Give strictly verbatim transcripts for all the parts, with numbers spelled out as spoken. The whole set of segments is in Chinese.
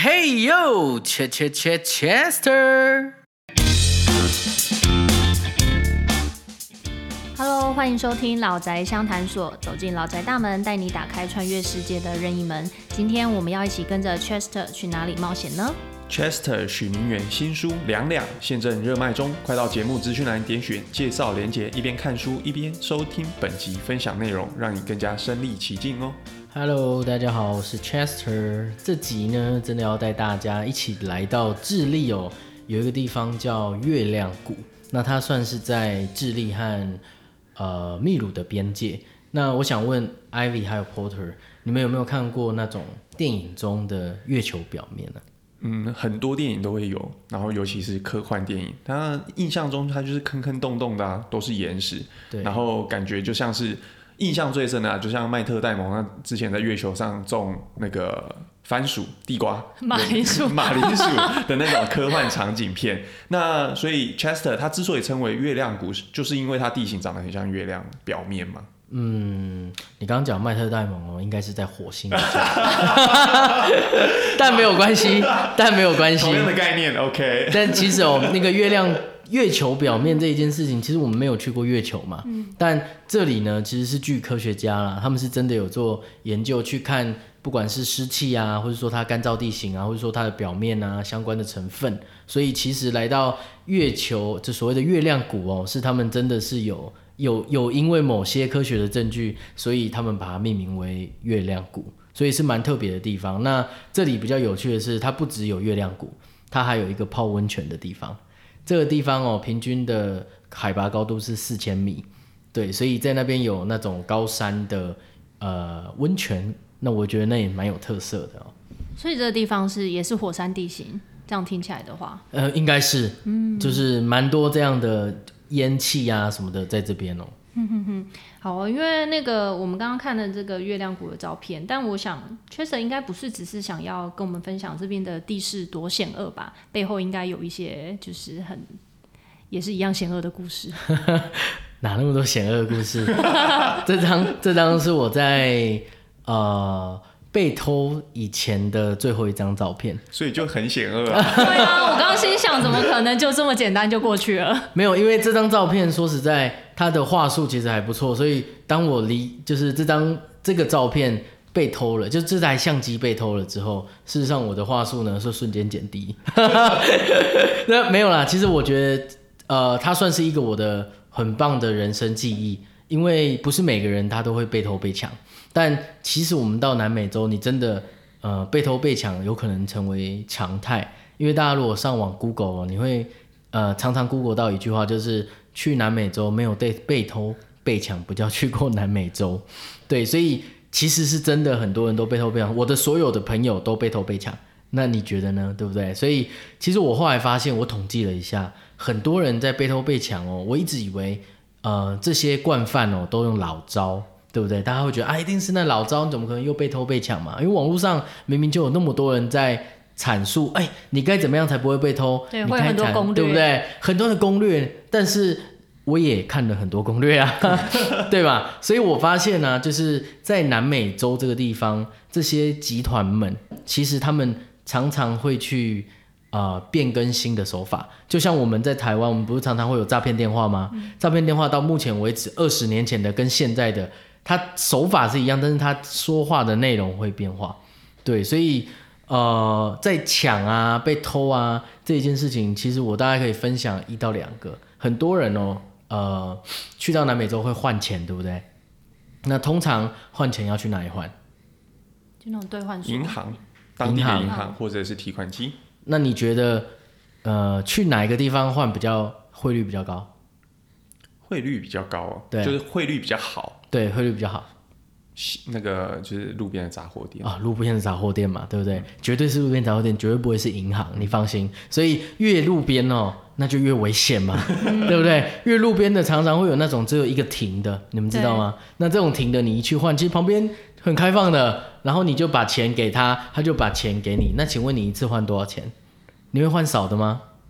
Hey yo, Ch Ch Ch Chester。Hello， 欢迎收听老宅相谈所，走进老宅大门，带你打开穿越世界的任意门。今天我们要一起跟着 Chester 去哪里冒险呢？ Chester 许明远新书《两两》现正热卖中，快到节目资讯栏点选介绍连结，一边看书一边收听本集分享内容，让你更加身临其境哦。 Hello， 大家好，我是 Chester。这集呢，真的要带大家一起来到智利哦，有一个地方叫月亮谷，那它算是在智利和呃秘鲁的边界。那我想问 Ivy 还有 Porter， 你们有没有看过那种电影中的月球表面呢？ 嗯，很多电影都会有，然后尤其是科幻电影，它印象中它就是坑坑洞洞的、啊，都是岩石， 对， 然后感觉就像是印象最深的、啊，就像麦特戴蒙他之前在月球上种那个番薯、地瓜、 马铃薯、 马铃薯的那种科幻场景片。那所以 Chester 它之所以称为月亮谷，就是因为它地形长得很像月亮表面嘛。 嗯，你刚刚讲麦特戴蒙哦，应该是在火星的但没有关系，但没有关系， 同样的概念 ，OK。 但其实哦，那个月亮月球表面这一件事情，其实我们没有去过月球嘛，嗯、但这里呢，其实是据科学家啦，他们是真的有做研究去看，不管是湿气啊，或者说它干燥地形啊，或者说它的表面啊相关的成分，所以其实来到月球，这所谓的月亮谷哦，是他们真的是有。有有因为某些科学的证据，所以他们把它命名为月亮谷，所以是蛮特别的地方。那这里比较有趣的是，它不只有月亮谷，它还有一个泡温泉的地方。这个地方哦，平均的海拔高度是四千米，对，所以在那边有那种高山的呃温泉，那我觉得那也蛮有特色的哦。 所以这个地方是也是火山地形，这样听起来的话， 呃，应该是，嗯，就是蛮多这样的。烟气啊什么的在这边哦。 哼哼哼，好，因为那个我们刚刚看的这个月亮谷的照片，但我想 Chester 应该不是只是想要跟我们分享这边的地势多险恶吧，背后应该有一些就是很也是一样险恶的故事。 哪那么多险恶的故事？这张这张是我在呃。被偷以前的最后一张照片， 所以就很险恶啊。 对啊，我刚刚心想，怎么可能就这么简单就过去了？ 没有，因为这张照片说实在，它的画术其实还不错，所以当我离就是这张这个照片被偷了，就这台相机被偷了之后，事实上我的画术呢是瞬间减低。那没有啦，其实我觉得呃，它算是一个我的很棒的人生记忆，因为不是每个人他都会被偷被抢。但其实我们到南美洲，你真的呃被偷被抢有可能成为常态，因为大家如果上网 Google， 你会呃常常 Google 到一句话，就是去南美洲没有被被偷被抢，不叫去过南美洲。对，所以其实是真的很多人都被偷被抢，我的所有的朋友都被偷被抢，那你觉得呢？对不对？所以其实我后来发现，我统计了一下，很多人在被偷被抢哦，我一直以为呃这些惯犯哦都用老招。对不对？大家会觉得啊，一定是那老招，你怎么可能又被偷被抢嘛？因为网络上明明就有那么多人在阐述，哎，你该怎么样才不会被偷？ 对， 你会有很多攻略， 对不对？很多的攻略，但是我也看了很多攻略啊，对吧？所以我发现呢、啊，就是在南美洲这个地方，这些集团们其实他们常常会去。呃，变更新的手法，就像我们在台湾，我们不是常常会有诈骗电话吗？嗯、诈骗电话到目前为止，二十年前的跟现在的，它手法是一样，但是它说话的内容会变化。对，所以呃，在抢啊、被偷啊这一件事情，其实我大概可以分享一到两个。很多人哦，呃，去到南美洲会换钱，对不对？那通常换钱要去哪里换？ 就那种兑换所， 银行，当地的银行或者是提款机。 那你觉得，呃，去哪一个地方换比较汇率比较高？ 汇率比较高哦， 对， 就是汇率比较好。 对，汇率比较好。 那个就是路边的杂货店啊，路边的杂货店嘛，对不对？嗯、绝对是路边杂货店，绝对不会是银行，你放心。所以越路边哦，那就越危险嘛，对不对？越路边的常常会有那种只有一个停的，你们知道吗？那这种停的，你一去换，其实旁边很开放的，然后你就把钱给他，他就把钱给你。那请问你一次换多少钱？你会换少的吗？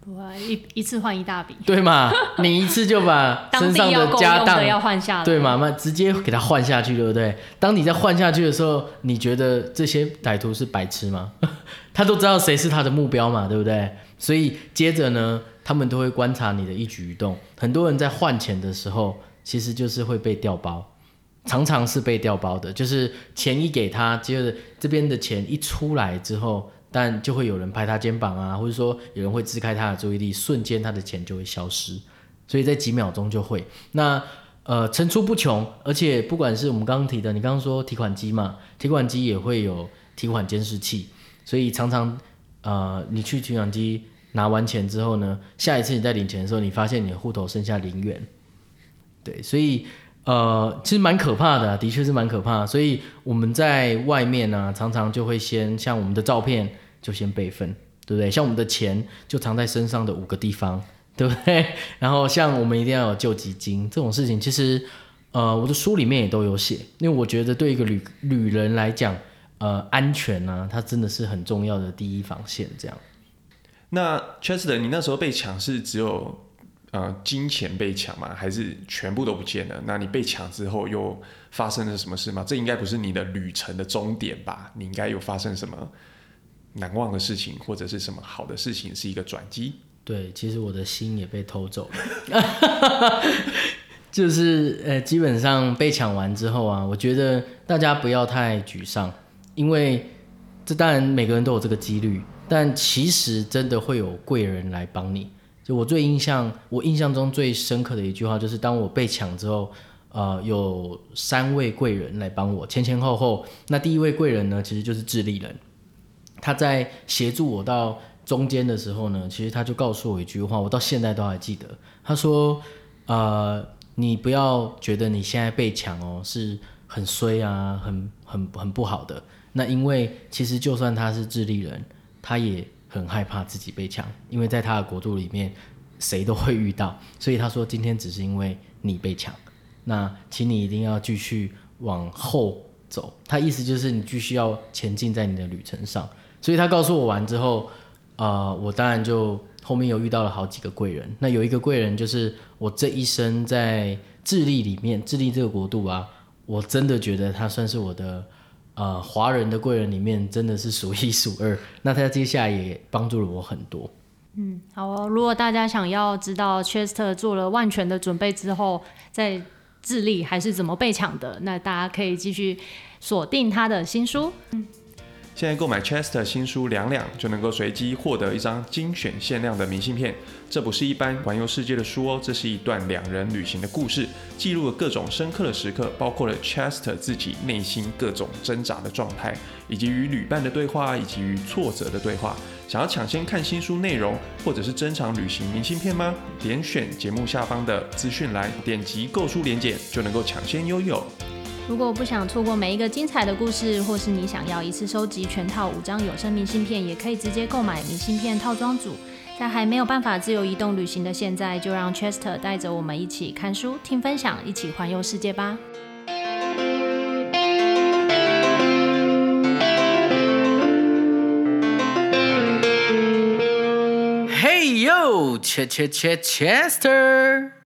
不会一一次换一大笔， 对嘛？你一次就把身上的家当要换下来， 对嘛？那直接给他换下去，对不对？当你在换下去的时候，你觉得这些歹徒是白痴吗？他都知道谁是他的目标嘛，对不对？所以接着呢，他们都会观察你的一举一动。很多人在换钱的时候，其实就是会被调包。常常是被调包的，就是钱一给他，接着这边的钱一出来之后，但就会有人拍他肩膀啊，或者说有人会支开他的注意力，瞬间他的钱就会消失，所以在几秒钟就会。那呃层出不穷，而且不管是我们刚刚提的，你刚刚说提款机嘛，提款机也会有提款监视器，所以常常呃你去提款机拿完钱之后呢，下一次你在领钱的时候，你发现你的户头剩下零元，对，所以。呃，其实蛮可怕的、啊，的确是蛮可怕的。所以我们在外面呢、啊，常常就会先像我们的照片就先备份，对不对？像我们的钱就藏在身上的五个地方，对不对？然后像我们一定要有救济金这种事情，其实呃我的书里面也都有写，因为我觉得对一个旅旅人来讲，呃安全啊，它真的是很重要的第一防线。这样。 那 Chester， 你那时候被抢是只有？呃，金钱被抢吗？还是全部都不见了？那你被抢之后又发生了什么事吗？这应该不是你的旅程的终点吧？你应该有发生什么难忘的事情，或者是什么好的事情，是一个转机？ 对，其实我的心也被偷走了。就是呃，基本上被抢完之后啊，我觉得大家不要太沮丧，因为这当然每个人都有这个几率，但其实真的会有贵人来帮你。就我最印象，我印象中最深刻的一句话就是，当我被抢之后，呃，有三位贵人来帮我，前前后后。那第一位贵人呢，其实就是智利人，他在协助我到中间的时候呢，其实他就告诉我一句话，我到现在都还记得。他说，呃，你不要觉得你现在被抢哦是很衰啊，很很很不好的。那因为其实就算他是智利人，他也很害怕自己被抢，因为在他的国度里面谁都会遇到，所以他说今天只是因为你被抢，那请你一定要继续往后走，他意思就是你继续要前进在你的旅程上。所以他告诉我完之后，呃，我当然就后面有遇到了好几个贵人。那有一个贵人就是我这一生在智利里面，智利这个国度啊，我真的觉得他算是我的呃，华人的贵人里面真的是数一数二，那他接下来也帮助了我很多。 嗯，好哦。如果大家想要知道 Chester 做了万全的准备之后，在智利还是怎么被抢的，那大家可以继续锁定他的新书。嗯， 现在购买 Chester 新书两两就能够随机获得一张精选限量的明信片。这不是一般环游世界的书哦，这是一段两人旅行的故事，记录了各种深刻的时刻，包括了 Chester 自己内心各种挣扎的状态，以及与旅伴的对话，以及与挫折的对话。想要抢先看新书内容，或者是珍藏旅行明信片吗？点选节目下方的资讯栏，点击购书连结就能够抢先拥有。 如果不想错过每一个精彩的故事，或是你想要一次收集全套五张有声明信片，也可以直接购买明信片套装组。在还没有办法自由移动旅行的现在，就让 Chester 带着我们一起看书、听分享，一起环游世界吧。 Hey yo，切切切 Chester。